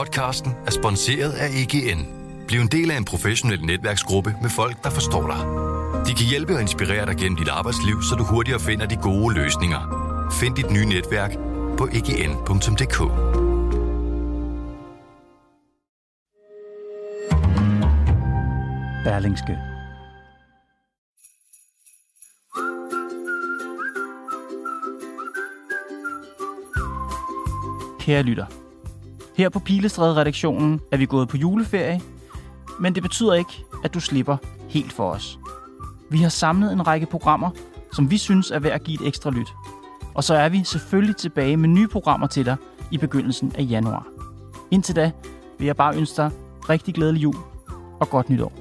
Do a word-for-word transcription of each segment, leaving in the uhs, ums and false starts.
Podcasten er sponsoreret af E G N. Bliv en del af en professionel netværksgruppe med folk, der forstår dig. De kan hjælpe og inspirere dig gennem dit arbejdsliv, så du hurtigere finder de gode løsninger. Find dit nye netværk på e g n punktum d k. Berlingske. Kære lytter, her på Pilestræde-redaktionen er vi gået på juleferie, men det betyder ikke, at du slipper helt for os. Vi har samlet en række programmer, som vi synes er værd at give et ekstra lyt. Og så er vi selvfølgelig tilbage med nye programmer til dig i begyndelsen af januar. Indtil da vil jeg bare ønske dig rigtig glædelig jul og godt nytår.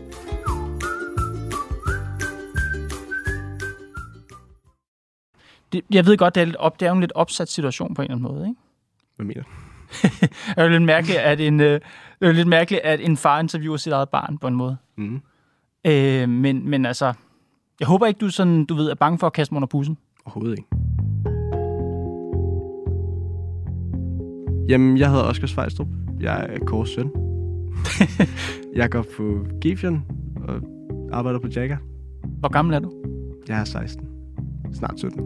Det, jeg ved godt, det er, lidt op, det er en lidt opsat situation på en eller anden måde, ikke? Hvad mener du? Det er jo lidt mærkeligt, at en, øh, det er lidt mærkeligt, at en far interviewer sit eget barn på en måde. Mm. Øh, men, men altså, jeg håber ikke, du, sådan, du ved, er bange for at kaste mig under bussen. Overhovedet ikke. Jamen, jeg hedder Oscar Svejstrup. Jeg er Kåres søn. Jeg går på Gefion og arbejder på Jagger. Hvor gammel er du? Jeg er seksten. Snart sytten.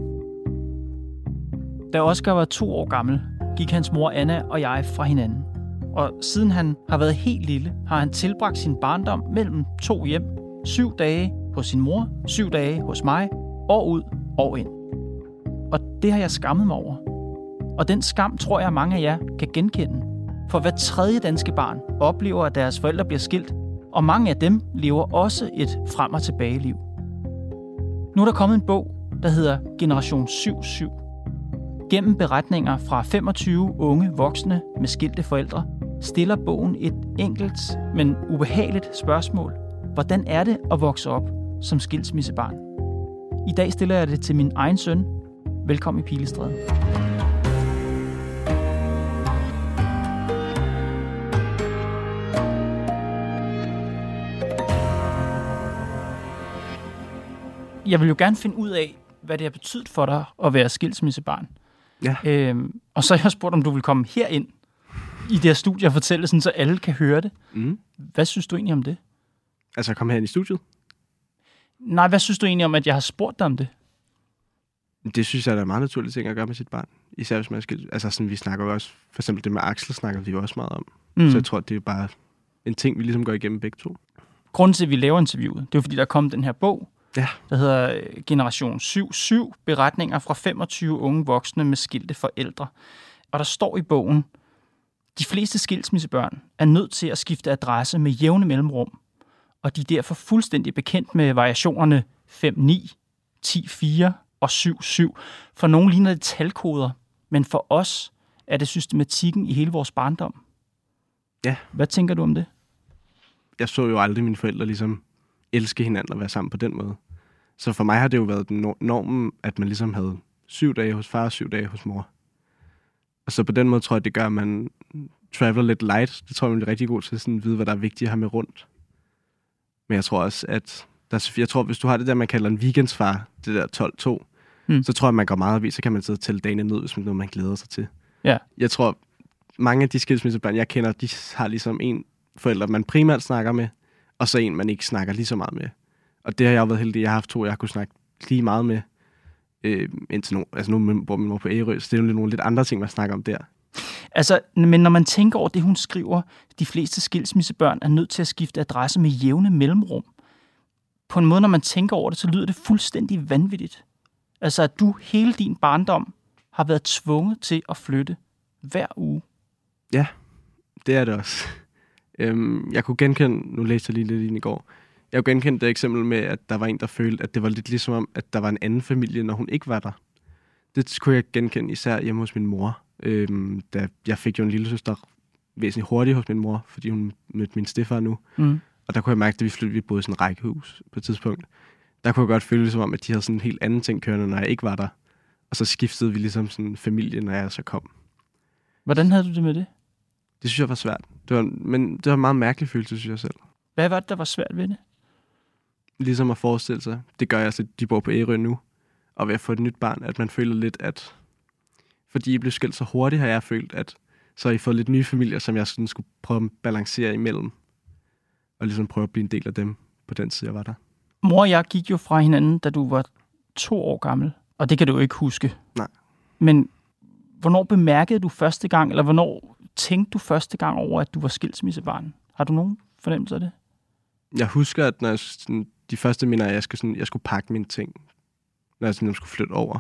Da Oscar var to år gammel, gik hans mor Anna og jeg fra hinanden. Og siden han har været helt lille, har han tilbragt sin barndom mellem to hjem. Syv dage hos sin mor, syv dage hos mig, år ud, år ind. Og det har jeg skammet mig over. Og den skam tror jeg, mange af jer kan genkende. For hver tredje danske barn oplever, at deres forældre bliver skilt, og mange af dem lever også et frem- og tilbage-liv. Nu er der kommet en bog, der hedder Generation syv syv. Gennem beretninger fra femogtyve unge voksne med skilte forældre, stiller bogen et enkelt, men ubehageligt spørgsmål. Hvordan er det at vokse op som skilsmissebarn? I dag stiller jeg det til min egen søn. Velkommen i Pilestræde. Jeg vil jo gerne finde ud af, hvad det har betydet for dig at være skilsmissebarn. Ja. Øhm, og så har jeg spurgt, om du vil komme herind i det her studie og fortælle, sådan, så alle kan høre det. Mm. Hvad synes du egentlig om det? Altså, komme herind i studiet? Nej, hvad synes du egentlig om, at jeg har spurgt dig om det? Det synes jeg, der er meget naturligt ting at gøre med sit barn. Især hvis man skal... Altså, sådan, vi snakker jo også... For eksempel det med Axel snakker vi jo også meget om. Mm. Så jeg tror, det er bare en ting, vi ligesom går igennem begge to. Grunden til, at vi laver interviewet, det er fordi, der kom den her bog, ja, der hedder Generation syv syv, beretninger fra femogtyve unge voksne med skilte forældre. Og der står i bogen, de fleste skilsmissebørn er nødt til at skifte adresse med jævne mellemrum, og de er derfor fuldstændig bekendt med variationerne fem ni, ti fire og syv syv. For nogle ligner det talkoder, men for os er det systematikken i hele vores barndom. Ja. Hvad tænker du om det? Jeg så jo aldrig mine forældre ligesom elske hinanden og være sammen på den måde. Så for mig har det jo været normen, at man ligesom havde syv dage hos far og syv dage hos mor. Og så på den måde tror jeg, det gør, at man traveler lidt light. Det tror jeg, man er rigtig god til sådan at vide, hvad der er vigtigt at have med rundt. Men jeg tror også, at der, jeg tror, hvis du har det der, man kalder en weekendsfar, det der tolv to, mm. så tror jeg, man går meget op i, så kan man sidde og tælle dagene ned, hvis man noget, man glæder sig til. Ja. Jeg tror, mange af de skilsmissebørn, jeg kender, de har ligesom en forælder, man primært snakker med, og så en, man ikke snakker lige så meget med. Og det har jeg jo været heldig. Jeg har haft to, jeg kunne snakke lige meget med, øh, indtil nu. Altså nu bor min mor på Ærø, så det er jo nogle lidt andre ting, man snakker om der. Altså, men når man tænker over det, hun skriver, de fleste skilsmissebørn er nødt til at skifte adresse med jævne mellemrum. På en måde, når man tænker over det, så lyder det fuldstændig vanvittigt. Altså, at du hele din barndom har været tvunget til at flytte hver uge. Ja, det er det også. øhm, jeg kunne genkende, nu læste jeg lige lidt ind i går, jeg kunne genkende det eksempel med, at der var en, der følte, at det var lidt ligesom om, at der var en anden familie, når hun ikke var der. Det kunne jeg genkende især hjemme hos min mor. Øhm, da jeg fik jo en lille søster væsentligt hurtigt hos min mor, fordi hun mødte min stedfar nu. Mm. Og der kunne jeg mærke, at vi flyttede, vi boede i sådan et rækkehus på et tidspunkt. Der kunne jeg godt føle som om, at de havde sådan en helt anden ting kørende, når jeg ikke var der. Og så skiftede vi ligesom sådan en familie, når jeg så kom. Hvordan havde du det med det? Det synes jeg var svært. Det var, men det var en meget mærkelig følelse, synes jeg selv. Hvad var det, der var svært ved det? Ligesom at forestille sig. Det gør jeg, at de bor på Ærø nu. Og ved at få et nyt barn, at man føler lidt, at fordi I blev skilt så hurtigt, har jeg følt, at Så har I fået lidt nye familier, som jeg sådan skulle prøve at balancere imellem. Og ligesom prøve at blive en del af dem på den tid, jeg var der. Mor og jeg gik jo fra hinanden, da du var to år gammel. Og det kan du jo ikke huske. Nej. Men hvornår bemærkede du første gang, eller hvornår tænkte du første gang over, at du var skilsmissebarn? Har du nogen fornemmelse af det? Jeg husker, at når jeg, sådan, de første minder, jeg skulle, sådan, jeg skulle pakke mine ting, når jeg sådan, skulle flytte over.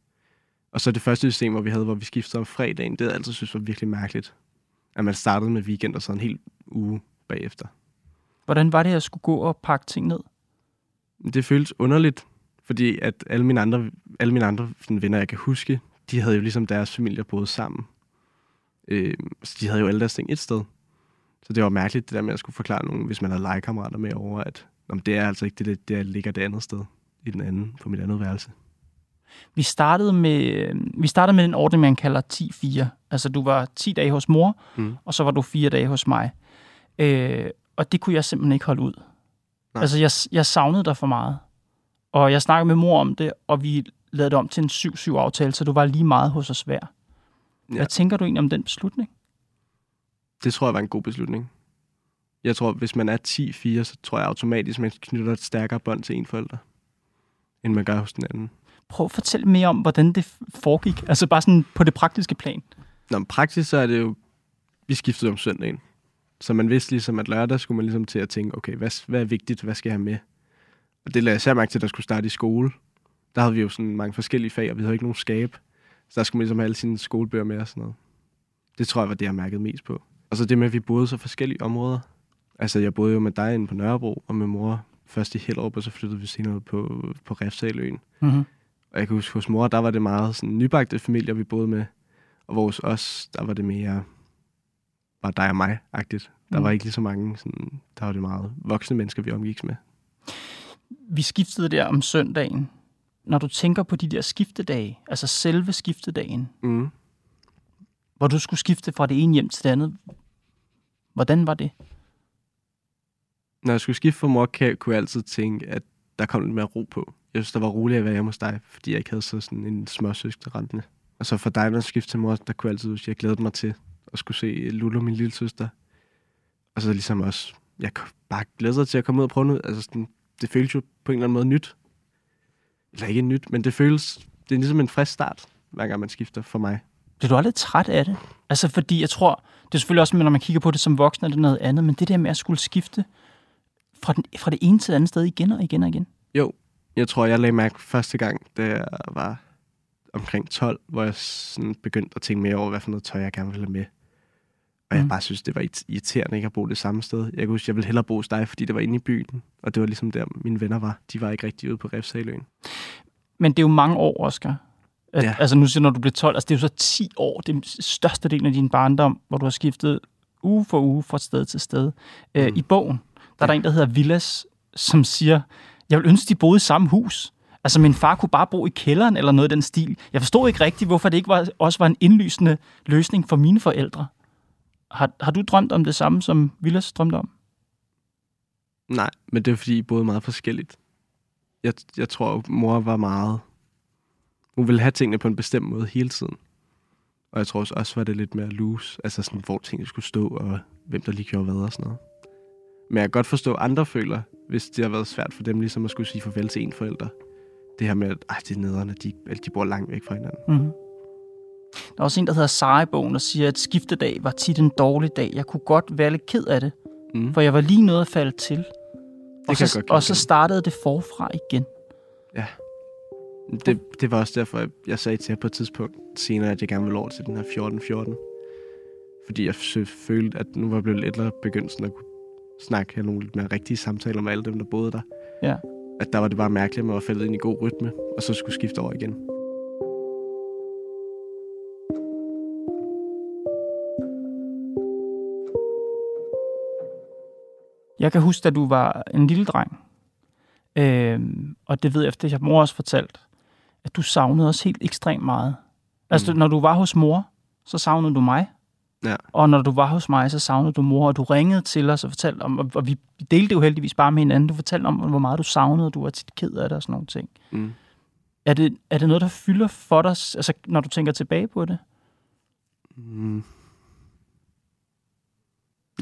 Og så det første system, hvor vi havde, hvor vi skiftede om fredagen, det havde jeg altid synes var virkelig mærkeligt. At man startede med weekend og så en hel uge bagefter. Hvordan var det, at jeg skulle gå og pakke ting ned? Det føltes underligt, fordi at alle mine andre, alle mine andre sådan, venner, jeg kan huske, de havde jo ligesom deres familier boet sammen. Øh, så de havde jo alle deres ting et sted. Så det var mærkeligt, det der med at skulle forklare nogen, hvis man havde legekammerater med over, at om det er altså ikke det, det, det ligger det andet sted, i den anden, på mit andet værelse. Vi startede med, vi startede med den ordning, man kalder ti fire. Altså, du var ti dage hos mor, mm. og så var du fire dage hos mig. Øh, og det kunne jeg simpelthen ikke holde ud. Nej. Altså, jeg, jeg savnede dig for meget. Og jeg snakkede med mor om det, og vi lavede det om til en syv syv aftale, så du var lige meget hos os hver. Ja. Hvad tænker du egentlig om den beslutning? Det tror jeg var en god beslutning. Jeg tror, hvis man er ti fire, så tror jeg automatisk, man knytter et stærkere bånd til en forælder, end man gør hos den anden. Prøv at fortælle mere om, hvordan det foregik. Altså bare sådan på det praktiske plan. Nå, men praktisk så er det jo, vi skiftede om søndagen. Så man vidste ligesom, at lørdag skulle man ligesom til at tænke, okay, hvad, hvad er vigtigt, hvad skal jeg have med? Og det lagde jeg særlig mærke til, at der skulle starte i skole. Der havde vi jo sådan mange forskellige fag, og vi havde ikke nogen skab. Så der skulle man ligesom have alle sine skolebøger med og sådan noget. Det tror jeg var det, jeg mærkede mest på. Og så det med, at vi boede så forskellige områder. Altså, jeg boede jo med dig inde på Nørrebro, og med mor først i Hellerup, og så flyttede vi senere på, på Refshaleøen. Mm-hmm. Og jeg kan huske, hos mor, der var det meget sådan nybagte familier, vi boede med. Og hos os, der var det mere bare dig og mig-agtigt. Der mm. var ikke lige så mange, sådan, der var det meget voksne mennesker, vi omgiks med. Vi skiftede der om søndagen. Når du tænker på de der skiftedage, altså selve skiftedagen, mm. hvor du skulle skifte fra det ene hjem til det andet, hvordan var det? Når jeg skulle skifte fra mor, kunne jeg altid tænke, at der kom lidt mere ro på. Jeg synes, der var roligt at være hjemme hos dig, fordi jeg ikke havde så sådan en småsøster rentende. Og så for dig, når jeg skiftede til mor, der kunne jeg altid huske, at jeg glædede mig til at skulle se Lulu, min lille søster. Og så ligesom også, jeg bare glæder sig til at komme ud og prøve noget. Altså sådan, det føles jo på en eller anden måde nyt. Eller ikke nyt, men det føles, det er ligesom en frisk start, hver gang man skifter for mig. Bliver du aldrig træt af det? Altså fordi jeg tror, det er selvfølgelig også, når man kigger på det som voksen, er det noget andet, men det der med at skulle skifte fra, den, fra det ene til det andet sted igen og igen og igen. Jo, jeg tror, jeg lagde mærke første gang, da jeg var omkring tolv, hvor jeg sådan begyndte at tænke mere over, hvad for noget tøj jeg gerne ville have med. Og mm. jeg bare synes, det var irriterende ikke at bo det samme sted. Jeg kunne huske, jeg ville hellere bo hos dig, fordi det var inde i byen. Og det var ligesom der, mine venner var. De var ikke rigtig ude på Refshaleøen. Men det er jo mange år, Oscar. At, ja. Altså nu siger når du bliver tolv, altså det er jo så ti år, det er største del af din barndom, hvor du har skiftet uge for uge fra sted til sted. Mm. Øh, I bogen, der ja. er der en, der hedder Villas, som siger, jeg vil ønske, de boede i samme hus. Altså min far kunne bare bo i kælderen eller noget af den stil. Jeg forstod ikke rigtigt, hvorfor det ikke var, også var en indlysende løsning for mine forældre. Har, har du drømt om det samme, som Villas drømte om? Nej, men det er fordi, I boede meget forskelligt. Jeg, jeg tror, mor var meget... Hun ville have tingene på en bestemt måde hele tiden. Og jeg tror også, også var det lidt mere loose. Altså sådan, hvor tingene skulle stå, og hvem der lige gjorde hvad og sådan noget. Men jeg kan godt forstå, at andre føler, hvis det har været svært for dem, ligesom at skulle sige farvel til en forælder. Det her med, at ej, det er nederne, de, de bor langt væk fra hinanden. Mm-hmm. Der er også en, der hedder Sara i bogen, der siger, at skiftedag var tit en dårlig dag. Jeg kunne godt være lidt ked af det, mm. for jeg var lige noget at falde til. Og så, og så startede det forfra igen. Ja. Det, det var også derfor, jeg sagde til jer på et tidspunkt senere, at jeg gerne ville over til den her fjorten fjorten. Fordi jeg følte, at nu var jeg blevet lidt lettere begyndelsen at kunne snakke her nogle lidt mere rigtige samtaler med alle dem, der boede der. Ja. At der var det bare mærkeligt, at man var faldet ind i god rytme, og så skulle skifte over igen. Jeg kan huske, at du var en lille dreng, øhm, og det ved jeg efter, at jeg mor også fortalt, at du savnede os helt ekstremt meget. Altså, mm. når du var hos mor, så savnede du mig. Ja. Og når du var hos mig, så savnede du mor, og du ringede til os og fortalte om, og vi delte jo heldigvis bare med hinanden, du fortalte om, hvor meget du savnede, og du var tit ked af det og sådan nogle ting. Mm. Er det, er det noget, der fylder for dig, altså, når du tænker tilbage på det? Mm.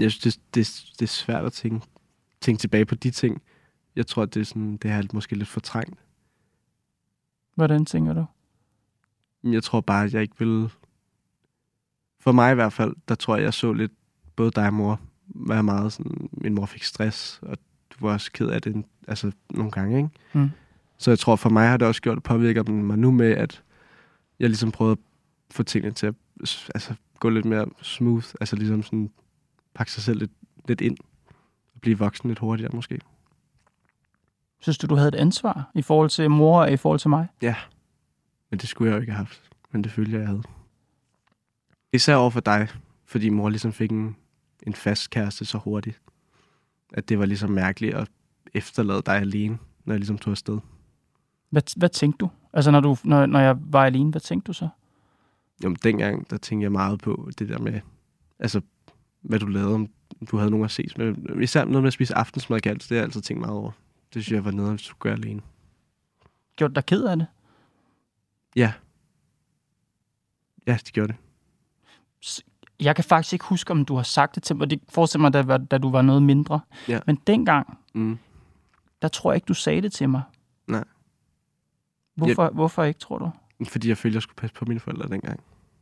Jeg synes, det, det, det er svært at tænke, tænke tilbage på de ting. Jeg tror, det er, sådan, det er måske lidt fortrængt. Hvordan tænker du? Jeg tror bare, at jeg ikke vil... For mig i hvert fald, der tror jeg, jeg så lidt både dig og mor være meget sådan... Min mor fik stress, og du var også ked af det altså, nogle gange, ikke? Mm. Så jeg tror, for mig har det også gjort, påvirker mig nu med, at jeg ligesom prøvede at få tingene til at altså, gå lidt mere smooth. Altså ligesom sådan pakke sig selv lidt, lidt ind. Og blive voksen lidt hurtigere måske. Synes du, du havde et ansvar i forhold til mor og i forhold til mig? Ja, men det skulle jeg jo ikke have haft. Men det følte jeg, jeg havde. Især over for dig, fordi mor ligesom fik en, en fast kæreste så hurtigt. At det var ligesom mærkeligt at efterlade dig alene, når jeg ligesom tog afsted. Hvad, hvad tænkte du? Altså, når, du, når, når jeg var alene, hvad tænkte du så? Jamen, dengang, der tænkte jeg meget på det der med, altså, hvad du lavede, om du havde nogen at ses med. Især noget med at spise aftensmad, det har jeg altid tænkt meget over. Det synes jeg var noget, hvis du gør alene. Gjorde du dig ked af det? Ja. Ja, det gjorde det. Jeg kan faktisk ikke huske, om du har sagt det til mig. Det forestiller mig, da, da du var noget mindre. Ja. Men dengang, mm. der tror jeg ikke, du sagde det til mig. Nej. Hvorfor, jeg, hvorfor ikke, tror du? Fordi jeg følte, jeg skulle passe på mine forældre dengang.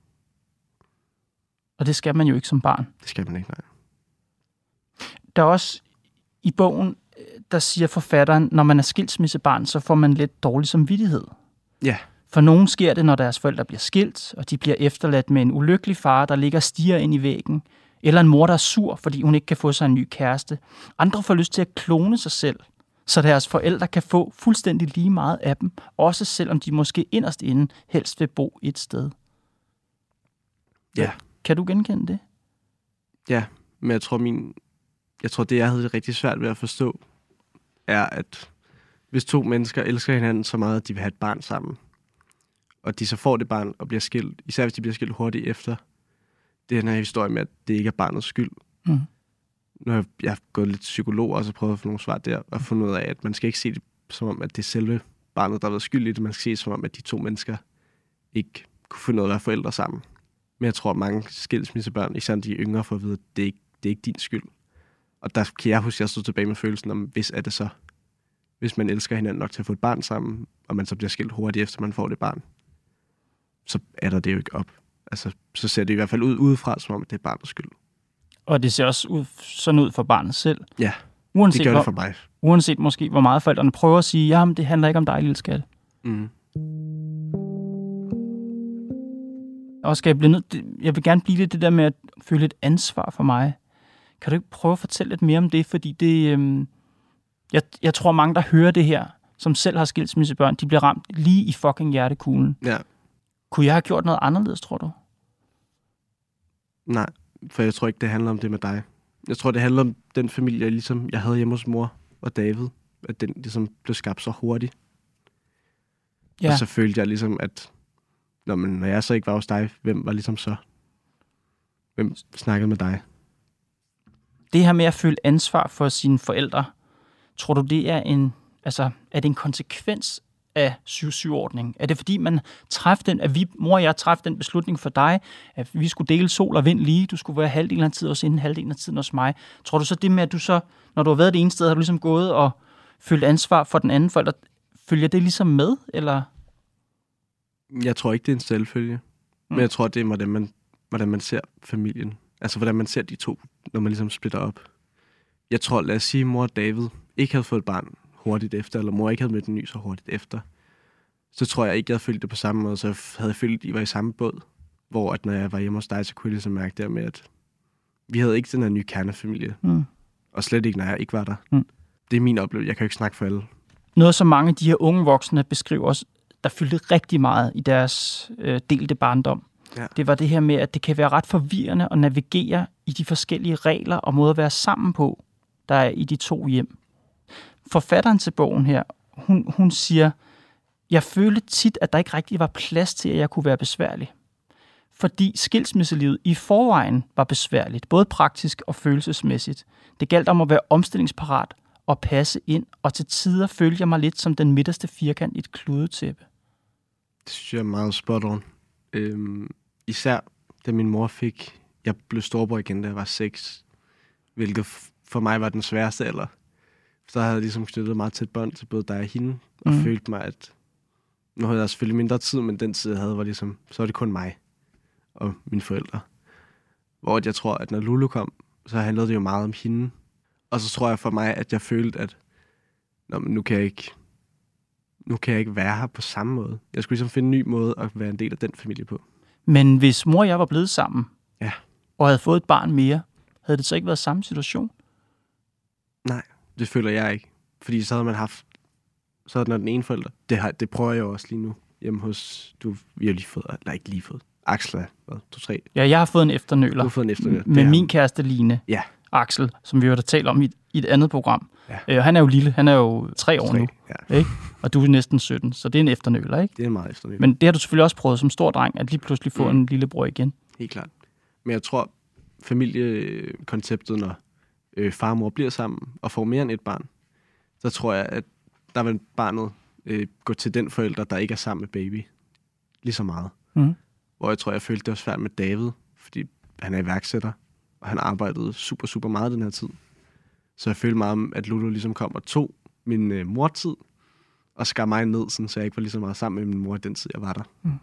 Og det skal man jo ikke som barn. Det skal man ikke, nej. Der er også i bogen, der siger forfatteren, når man er skilsmissebarn, så får man lidt dårlig samvittighed. Ja. For nogen sker det, når deres forældre bliver skilt, og de bliver efterladt med en ulykkelig far, der ligger og stiger ind i væggen. Eller en mor, der er sur, fordi hun ikke kan få sig en ny kæreste. Andre får lyst til at klone sig selv, så deres forældre kan få fuldstændig lige meget af dem, også selvom de måske inderst inde helst vil bo et sted. Ja. Kan du genkende det? Ja, men jeg tror, min, jeg tror, det jeg havde rigtig svært ved at forstå, er, at hvis to mennesker elsker hinanden så meget, at de vil have et barn sammen, og de så får det barn og bliver skilt, især hvis de bliver skilt hurtigt efter, det er den her historie med, at det ikke er barnets skyld. Mm. Nu har jeg, jeg har gået lidt psykolog og så prøvet at få nogle svar der, og fundet ud af, at man skal ikke se det som om, at det er selve barnet, der har været skyld i det. Man skal se det som om, at de to mennesker ikke kunne finde noget at være forældre sammen. Men jeg tror, at mange skilsmissebørn, især de yngre, får at vide, at det er ikke, det er ikke din skyld. Og der kan jeg huske, at jeg stod tilbage med følelsen om, hvis er det så, hvis man elsker hinanden nok til at få et barn sammen, og man så bliver skilt hurtigt efter man får det barn, så er der det jo ikke op. Altså, så ser det i hvert fald ud udefra, som om det er barnets skyld. Og det ser også ud, sådan ud for barnet selv. Ja, uanset det gør hvor, det for mig. Uanset måske, hvor meget forældrene prøver at sige, jamen, det handler ikke om dig, lille skat. Mm. Og skal jeg, blive nødt, jeg vil gerne blive lidt det der med at føle et ansvar for mig. Kan du ikke prøve at fortælle lidt mere om det? Fordi det, øhm, jeg, jeg tror, mange, der hører det her, som selv har skilsmissebørn, de bliver ramt lige i fucking hjertekuglen. Ja. Kunne jeg have gjort noget anderledes, tror du? Nej, for jeg tror ikke, det handler om det med dig. Jeg tror, det handler om den familie, ligesom jeg havde hjemme hos mor og David, at den ligesom blev skabt så hurtigt. Ja. Og så følte jeg ligesom, at når, man, når jeg så ikke var hos dig, hvem var ligesom så? Hvem snakkede med dig? Det her med at føle ansvar for sine forældre, tror du, det er en, altså, er det en konsekvens af syv syv-ordningen? Er det fordi, man træffede den, at vi, mor og jeg træffede den beslutning for dig, at vi skulle dele sol og vind lige, du skulle være halvdelen af tiden hos hende, halvdelen af tiden hos mig. Tror du så det med, at du så, når du har været det ene sted, har du ligesom gået og følt ansvar for den anden forælder, følger det ligesom med, eller? Jeg tror ikke, det er en selvfølge. Mm. Men jeg tror, det er, hvordan man, hvordan man ser familien. Altså, hvordan man ser de to, når man ligesom splitter op. Jeg tror, lad os sige, at mor og David ikke havde fået et barn hurtigt efter, eller mor ikke havde mødt en ny så hurtigt efter, så tror jeg ikke, jeg havde følt det på samme måde, så jeg havde følt, at I var i samme båd. Hvor at når jeg var hjemme hos dig, så kunne jeg ligesom mærke der med, at vi havde ikke den her nye kernefamilie. Mm. Og slet ikke, når jeg ikke var der. Mm. Det er min oplevelse. Jeg kan jo ikke snakke for alle. Noget, som mange af de her unge voksne beskriver også, der fyldte rigtig meget i deres øh, delte barndom. Ja. Det var det her med, at det kan være ret forvirrende at navigere i de forskellige regler og måder at være sammen på, der er i de to hjem. Forfatteren til bogen her, hun, hun siger, jeg følte tit, at der ikke rigtig var plads til, at jeg kunne være besværlig. Fordi skilsmisselivet i forvejen var besværligt, både praktisk og følelsesmæssigt. Det galt om at være omstillingsparat og passe ind, og til tider følte jeg mig lidt som den midterste firkant i et kludetæppe. Det synes jeg er meget spot on. Øhm, især da min mor fik, jeg blev storbror igen, da jeg var seks. hvilket for mig var den sværeste alder. Så havde jeg ligesom knyttet meget tæt bånd til både dig og hende, og mm. følte mig, at nu havde jeg selvfølgelig mindre tid, men den tid, jeg havde, var ligesom, så var det kun mig og mine forældre. Hvor jeg tror, at når Lulu kom, så handlede det jo meget om hende. Og så tror jeg for mig, at jeg følte, at nå, men nu kan jeg ikke nu kan jeg ikke være her på samme måde. Jeg skulle ligesom finde en ny måde at være en del af den familie på. Men hvis mor og jeg var blevet sammen, ja. og havde fået et barn mere, havde det så ikke været samme situation? Nej, det føler jeg ikke. Fordi så havde man haft, så havde den ene forælder. Det, har, det prøver jeg også lige nu hjemme hos, du, vi har lige fået, eller ikke lige fået, Axel er, hvad, to, tre? Ja, jeg har fået en efternøler. Du har fået en efternøler. Med min kæreste Line, ja. Axel, som vi jo har talt om i, i et andet program. Ja. Øh, han er jo lille, han er jo tre år tre, nu, ja. ikke? Og du er næsten sytten, så det er en efternøler, ikke? Det er en meget efternøler. Men det har du selvfølgelig også prøvet som stor dreng, at lige pludselig få mm. en lillebror igen. Helt klart. Men jeg tror, familiekonceptet, når øh, far og mor bliver sammen og får mere end et barn, så tror jeg, at der vil barnet øh, gå til den forælder, der ikke er sammen med baby, lige så meget. Mm. Hvor jeg tror, jeg følte, det var svært med David, fordi han er iværksætter, og han arbejdede super, super meget den her tid. Så jeg følte meget om, at Lulu ligesom kom og tog min øh, mortid, og skar mig ned, sådan, så jeg ikke var lige så meget sammen med min mor i den tid, jeg var der. Mm.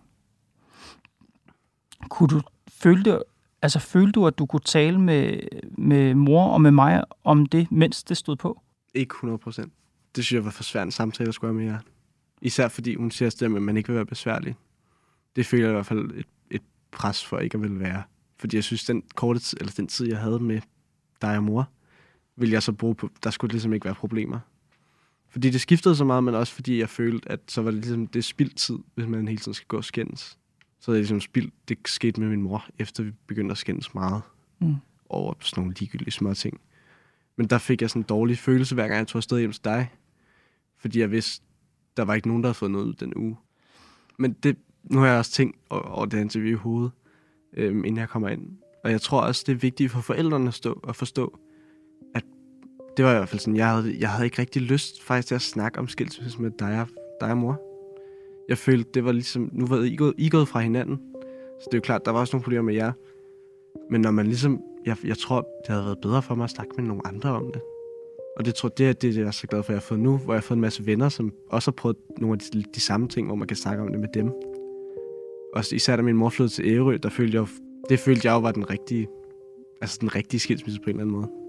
Kunne du føle det, altså følte du, at du kunne tale med, med mor og med mig om det, mens det stod på? Ikke hundrede procent. Det synes jeg var for svært en samtale at skulle have med jer. Især fordi hun siger stadig, at man ikke vil være besværlig. Det føler jeg i hvert fald et, et pres for ikke at ville være. Fordi jeg synes, den korte tid, eller den tid, jeg havde med dig og mor, ville jeg så bruge på, der skulle ligesom ikke være problemer. Fordi det skiftede så meget, men også fordi jeg følte, at så var det ligesom, det spildt tid, hvis man hele tiden skal gå og skændes. Så det ligesom spildt, det skete med min mor, efter vi begyndte at skændes meget mm. over sådan nogle ligegyldige små ting. Men der fik jeg sådan en dårlig følelse, hver gang jeg tog afsted hjem til dig. Fordi jeg vidste, der var ikke nogen, der havde fået noget ud den uge. Men det, nu har jeg også tænkt over, over det interview i hovedet, øhm, inden jeg kommer ind. Og jeg tror også, det er vigtigt for forældrene at stå og forstå, at det var i hvert fald sådan, jeg havde, jeg havde ikke rigtig lyst faktisk til at snakke om skilsmisse med dig og, dig og mor. Jeg følte, det var ligesom, nu var I gået, I gået fra hinanden. Så det er jo klart, der var også nogle problemer med jer. Men når man ligesom, jeg, jeg tror, det havde været bedre for mig at snakke med nogle andre om det. Og det tror det er det, jeg er så glad for, at jeg har fået nu, hvor jeg har fået en masse venner, som også har prøvet nogle af de, de samme ting, hvor man kan snakke om det med dem. Og især da min mor flyttede til Ærø, der følte jeg, det følte jeg jo var den rigtige, altså den rigtige skilsmisse på en eller anden måde.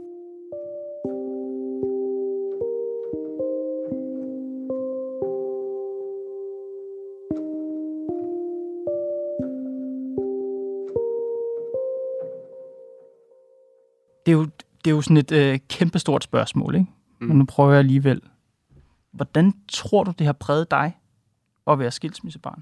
Det er jo, det er jo sådan et øh, kæmpestort spørgsmål, ikke? Mm. Men nu prøver jeg alligevel. Hvordan tror du, det har præget dig at være skilsmissebarn?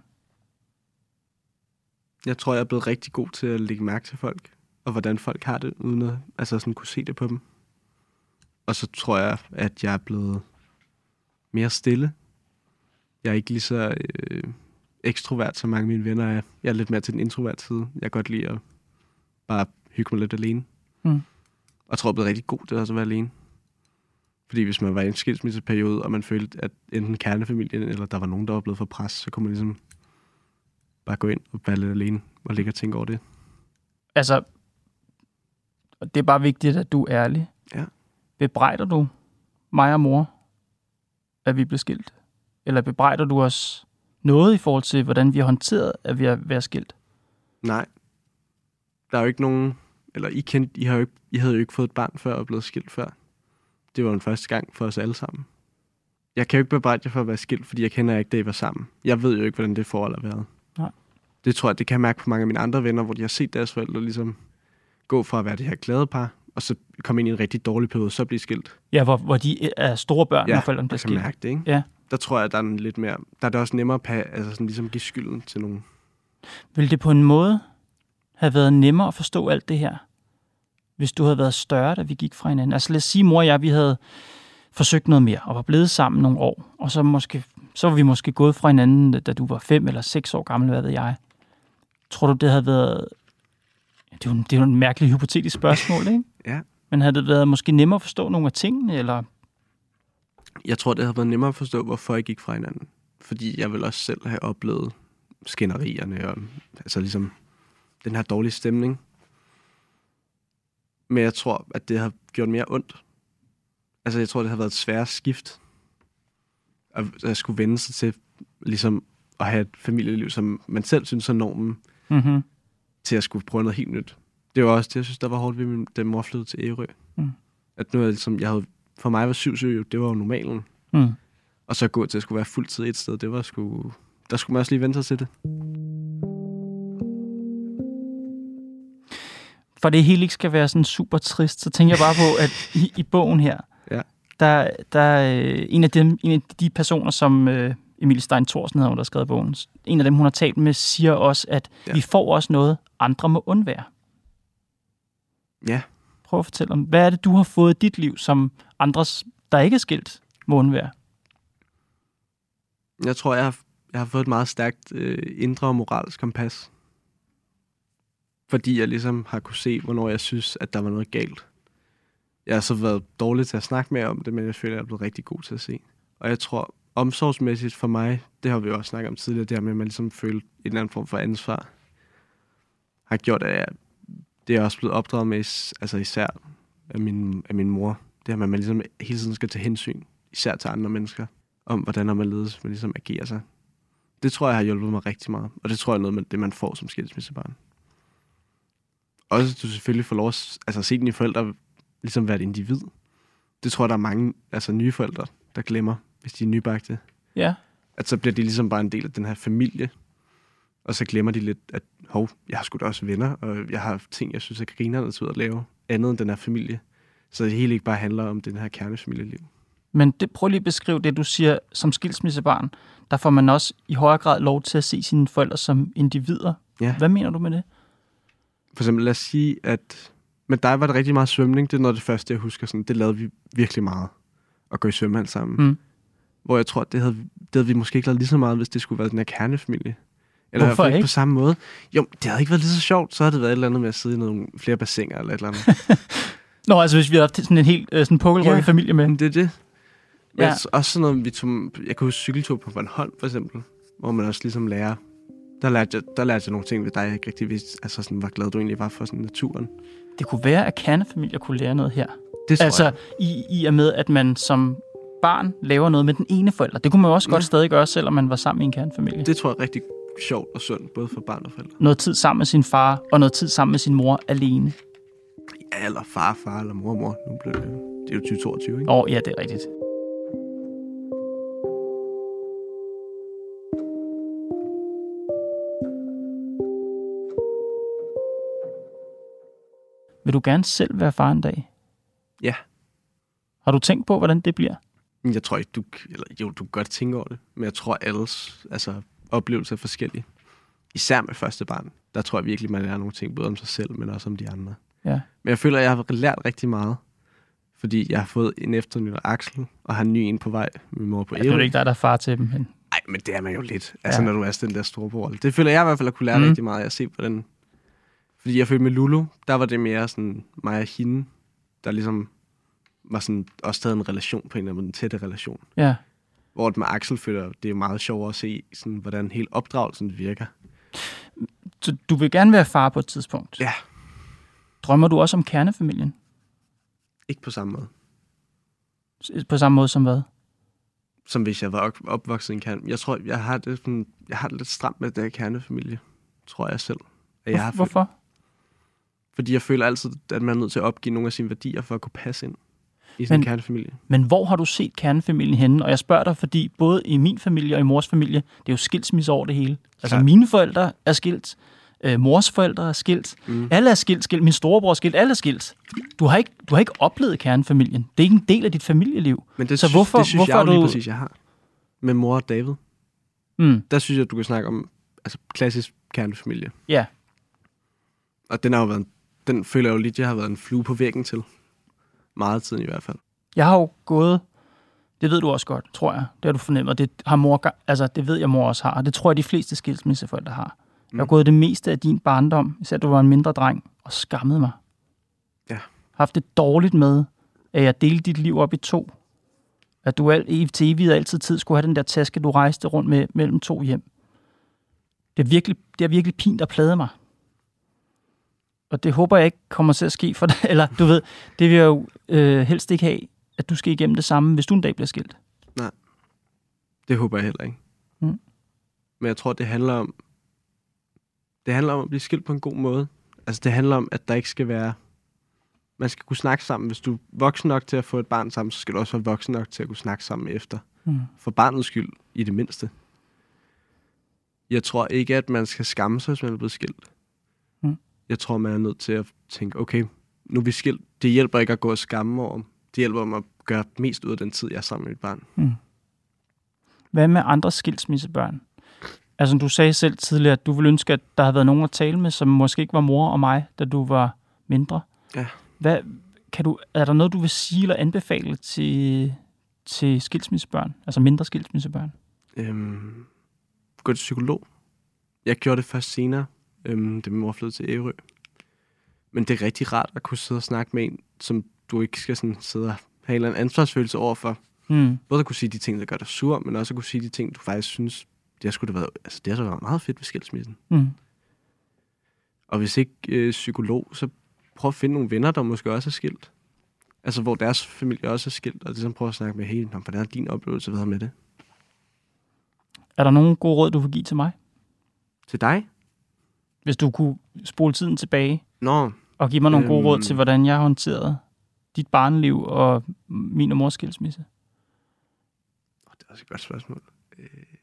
Jeg tror, jeg er blevet rigtig god til at lægge mærke til folk, og hvordan folk har det, uden at altså sådan kunne se det på dem. Og så tror jeg, at jeg er blevet mere stille. Jeg er ikke lige så øh, ekstrovert, som mange af mine venner er. Jeg er lidt mere til den introvert side. Jeg kan godt lide at bare hygge mig lidt alene. Mm. Og jeg tror, jeg er blevet rigtig god til at være alene. Fordi hvis man var i en skilsmisseperiode, og man følte, at enten kernefamilien, eller der var nogen, der var blevet for pres, så kunne man ligesom bare gå ind og være lidt alene, og ligge og tænke over det. Altså, det er bare vigtigt, at du er ærlig. Ja. Bebrejder du mig og mor, at vi blev skilt? Eller bebrejder du os noget i forhold til, hvordan vi har håndteret, at vi har været skilt? Nej. Der er jo ikke nogen... Eller I, kendte, I, har jo ikke, I havde jo ikke fået et barn før og blevet skilt før. Det var den første gang for os alle sammen. Jeg kan jo ikke bebrejde jer for at være skilt, fordi jeg kender ikke, det I var sammen. Jeg ved jo ikke, hvordan det forhold har været. Nej. Det tror jeg, det kan jeg mærke på mange af mine andre venner, hvor de har set deres forældre ligesom gå fra at være det her glade par, og så komme ind i en rigtig dårlig periode, så blive skilt. Ja, hvor, hvor de er store børn, ja, når forældrene bliver skilt. Ja, kan mærke det, ikke? Ja. Der tror jeg, der er en lidt mere... Der er det også nemmere at altså sådan ligesom give skylden til nogen. Vil det på en måde have været nemmere at forstå alt det her, hvis du havde været større, da vi gik fra hinanden? Altså lad os sige, mor og jeg, vi havde forsøgt noget mere, og var blevet sammen nogle år, og så, måske, så var vi måske gået fra hinanden, da du var fem eller seks år gammel, hvad ved jeg. Tror du, det havde været... Det er jo, det er jo en mærkelig hypotetisk spørgsmål, ikke? Ja. Men havde det været måske nemmere at forstå nogle af tingene, eller... Jeg tror, det havde været nemmere at forstå, hvorfor jeg gik fra hinanden. Fordi jeg vil også selv have oplevet skænderierne, og altså ligesom den her dårlige stemning. Men jeg tror, at det har gjort mere ondt. Altså, jeg tror, det har været et svært skift. At jeg skulle vende sig til, ligesom, at have et familieliv, som man selv synes er normen, Mm-hmm. til at skulle prøve noget helt nyt. Det var også det, jeg synes, der var hårdt ved min, da mor flyttede til Ærø. Mm. At nu er det ligesom, jeg havde, for mig var syv syg, det var jo normalen. Mm. Og så gå til at skulle være fuldtid et sted, det var sgu, der skulle man også lige vente sig til det. For det hele ikke skal være sådan super trist, så tænker jeg bare på, at i, i bogen her, Ja. der, der er en af, dem, en af de personer, som øh, Emilie Stein Thorsen hedder, der har skrevet bogen, en af dem, hun har talt med, siger også, at Ja. vi får også noget, andre må undvære. Ja. Prøv at fortælle om, hvad er det, du har fået i dit liv, som andres, der ikke er skilt, må undvære? Jeg tror, jeg har, jeg har fået et meget stærkt øh, indre moralsk kompas. Fordi jeg ligesom har kunne se, hvornår jeg synes, at der var noget galt. Jeg har så været dårlig til at snakke mere om det, men jeg føler, at jeg er blevet rigtig god til at se. Og jeg tror, omsorgsmæssigt for mig, det har vi jo også snakket om tidligere, det her med, at man ligesom føler en eller anden form for ansvar, har gjort, at jeg, det er også blevet opdraget med, altså især af min, af min mor. Det her med, at man ligesom hele tiden skal tage hensyn, især til andre mennesker, om hvordan man ledes, man ligesom agerer sig. Det tror jeg har hjulpet mig rigtig meget, og det tror jeg er noget med det, man får som skilsmissebarn. Også at du selvfølgelig får lov at altså, se dine forældre ligesom være et individ. Det tror jeg, der er mange altså, nye forældre, der glemmer, hvis de er nybagte. Ja. At så bliver de ligesom bare en del af den her familie. Og så glemmer de lidt, at hov, jeg har sgu da også venner, og jeg har ting, jeg synes er grinerende til at lave, andet end den her familie. Så det hele ikke bare handler om den her kernefamilieliv. Men det, prøv lige at beskrive det, du siger, som skilsmissebarn. Der får man også i højere grad lov til at se sine forældre som individer. Ja. Hvad mener du med det? For eksempel, lad os sige, at med dig var det rigtig meget svømning. Det er noget af det første, jeg husker. Sådan, det lavede vi virkelig meget. At gå i svømmehal sammen. Mm. Hvor jeg tror, at det havde, det havde vi måske ikke lavet lige så meget, hvis det skulle være den her kernefamilie. Eller Hvorfor ikke? På samme måde. Jo, det havde ikke været lige så sjovt. Så havde det været et eller andet med at sidde i nogle flere bassiner eller et eller andet. Nå, altså hvis vi havde haft sådan en helt øh, sådan pukkelrygget Ja. familie med. Men det er det. Men Ja. ja. Også sådan noget, vi tog, jeg kan huske cykeltur på Bornholm, for eksempel. Hvor man også ligesom lærer. Der lærte jeg, der lærte jeg nogle ting ved dig, jeg ikke rigtig vidste. Altså sådan, hvor glad du egentlig var for sådan naturen. Det kunne være, at kernefamilier kunne lære noget her. Det tror Altså jeg. i, i og med, at man som barn laver noget med den ene forælder. Det kunne man jo også Ja. godt stadig gøre, selvom man var sammen i en kernefamilie. Det tror jeg er rigtig sjovt og sundt, både for barn og forældre. Noget tid sammen med sin far, og noget tid sammen med sin mor alene. Ja, eller far, far eller mor, mor. Nu blev det, det er jo tyve toogtyve, ikke? Åh, oh, ja, det er rigtigt. Vil du gerne selv være far en dag? Ja. Har du tænkt på, hvordan det bliver? Men jeg tror ikke, du... Eller, jo, du kan godt tænke over det. Men jeg tror, alles altså, oplevelser er forskellige. Især med første barn. Der tror jeg virkelig, man lærer nogle ting, både om sig selv, men også om de andre. Ja. Men jeg føler, at jeg har lært rigtig meget. Fordi jeg har fået en efterny af Axel, og har en ny en på vej. Min mor på Ja, det er Ærø. jo ikke dig, der er far til dem. Men... Nej, men det er man jo lidt. Altså, Ja. når du er den der store bror. Det føler jeg i hvert fald, at kunne lære Mm. mm. rigtig meget af at se på den. Fordi jeg følte med Lulu, der var det mere sådan mig og hende, der ligesom var sådan, også stadig en relation på en eller anden måde, en tætte relation. Ja. Hvor med Axel føler det er meget sjovere at se, sådan, hvordan hele opdragelsen virker. Så du vil gerne være far på et tidspunkt? Ja. Drømmer du også om kernefamilien? Ikke på samme måde, På samme måde som hvad? som hvis jeg var op- opvokset i en kerne. Jeg tror, jeg har det, sådan, jeg har det lidt stramt med det her kernefamilie, tror jeg selv. At jeg har følt. Hvorfor? Fordi jeg føler altid, at man er nødt til at opgive nogle af sine værdier for at kunne passe ind i sin Men- kernefamilie. Men hvor har du set kernefamilien henne? Og jeg spørger dig, fordi både i min familie og i mors familie, det er jo skilsmisse over det hele. Altså Klart. mine forældre er skilt, øh, mors forældre er skilt, Mm. alle er skilt, skilt, min storebror er skilt, alle er skilt. Du har ikke, du har ikke oplevet kernefamilien. Det er ikke en del af dit familieliv. Men det Så synes, hvorfor- det synes hvorfor jeg jo lige er du- præcis, jeg har. Med mor og David. Mm. Der synes jeg, at du kan snakke om altså, klassisk kernefamilie. Ja, Og den har jo været, en- den føler jeg jo lige, at jeg har været en flue på væggen til. Meget tiden i hvert fald. jeg har jo gået, det ved du også godt, tror jeg, det har du fornemmet, det har mor, altså det ved jeg mor også har, og det tror jeg de fleste skilsmisseforældre har. Jeg har Mm. gået det meste af din barndom, især du var en mindre dreng, og skammede mig. Ja. Haft det dårligt med, at jeg delte dit liv op i to. At du alt, til evigt og altid tid skulle have den der taske, du rejste rundt med mellem to hjem. Det er virkelig, det er virkelig pint at plade mig. og det håber jeg ikke kommer til at ske for dig. Eller du ved, det vil jeg jo øh, helst ikke have, at du skal igennem det samme, hvis du en dag bliver skilt. Nej, det håber jeg heller ikke. Mm. Men jeg tror, det handler om, det handler om at blive skilt på en god måde. Altså, det handler om, at der ikke skal være... Man skal kunne snakke sammen. Hvis du er voksen nok til at få et barn sammen, så skal du også være voksen nok til at kunne snakke sammen efter. Mm. For barnets skyld, i det mindste. Jeg tror ikke, at man skal skamme sig, hvis man er blevet skilt. Mm. Jeg tror, man er nødt til at tænke, okay, nu er vi skilt. Det hjælper ikke at gå og skamme over. Det hjælper mig at gøre mest ud af den tid, jeg er sammen med mit barn. Mm. Hvad med andre skilsmissebørn? Altså, du sagde selv tidligere, at du ville ønske, at der havde været nogen at tale med, som måske ikke var mor og mig, da du var mindre. Ja. Hvad, kan du, er der noget, du vil sige eller anbefale til, til skilsmissebørn? Altså mindre skilsmissebørn? Øhm, gå til psykolog. Jeg gjorde det først senere, øhm, da min mor flyttede til Ærø. Men det er rigtig rart at kunne sidde og snakke med en, som du ikke skal sådan sidde og have en eller anden ansvarsfølelse overfor. Mm. Både at kunne sige de ting, der gør dig sur, men også at kunne sige de ting, du faktisk synes, det har sgu da været, altså det har så været meget fedt ved skilsmissen. Mm. Og hvis ikke øh, psykolog, så prøv at finde nogle venner, der måske også er skilt. Altså, hvor deres familie også er skilt, og ligesom prøv at snakke med, hey, hvordan er din oplevelse videre med det? Er der nogen gode råd, du vil give til mig? Til dig? Hvis du kunne spole tiden tilbage, Nå, og give mig nogle øhm, gode råd til, hvordan jeg håndterede dit barneliv og min og mors skilsmisse. Det er også et godt spørgsmål. Øh...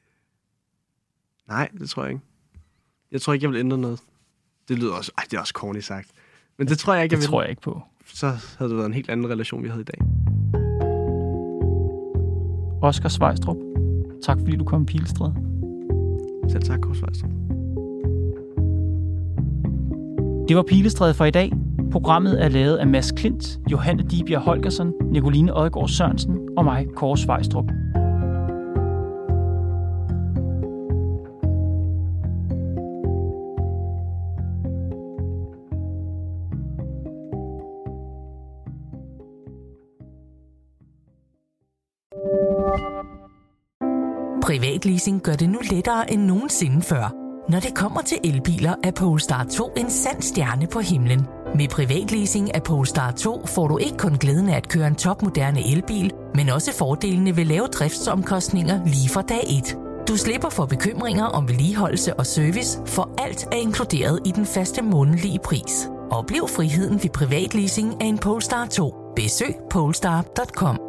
Nej, det tror jeg ikke. Jeg tror ikke, jeg vil ændre noget. Det lyder også... Ej, det er også corny sagt. Men det tror jeg ikke, jeg vil. Det tror jeg ikke på. Så havde det været en helt anden relation, vi havde i dag. Oscar Svejstrup, tak fordi du kom i Pilestræde. Selv tak, Kåre Svejstrup. Det var Pilestræde for i dag. Programmet er lavet af Mads Klint, Johanne Dibjerg Holgersen, Nicoline Odgaard Sørensen og mig, Kåre Svejstrup. Privatleasing gør det nu lettere end nogensinde før. Når det kommer til elbiler, er Polestar to en sand stjerne på himlen. Med privatleasing af Polestar to får du ikke kun glæden af at køre en topmoderne elbil, men også fordelene ved lave driftsomkostninger lige fra dag et. Du slipper for bekymringer om vedligeholdelse og service, for alt er inkluderet i den faste månedlige pris. Oplev friheden ved privatleasing af en Polestar to. Besøg polestar punktum com.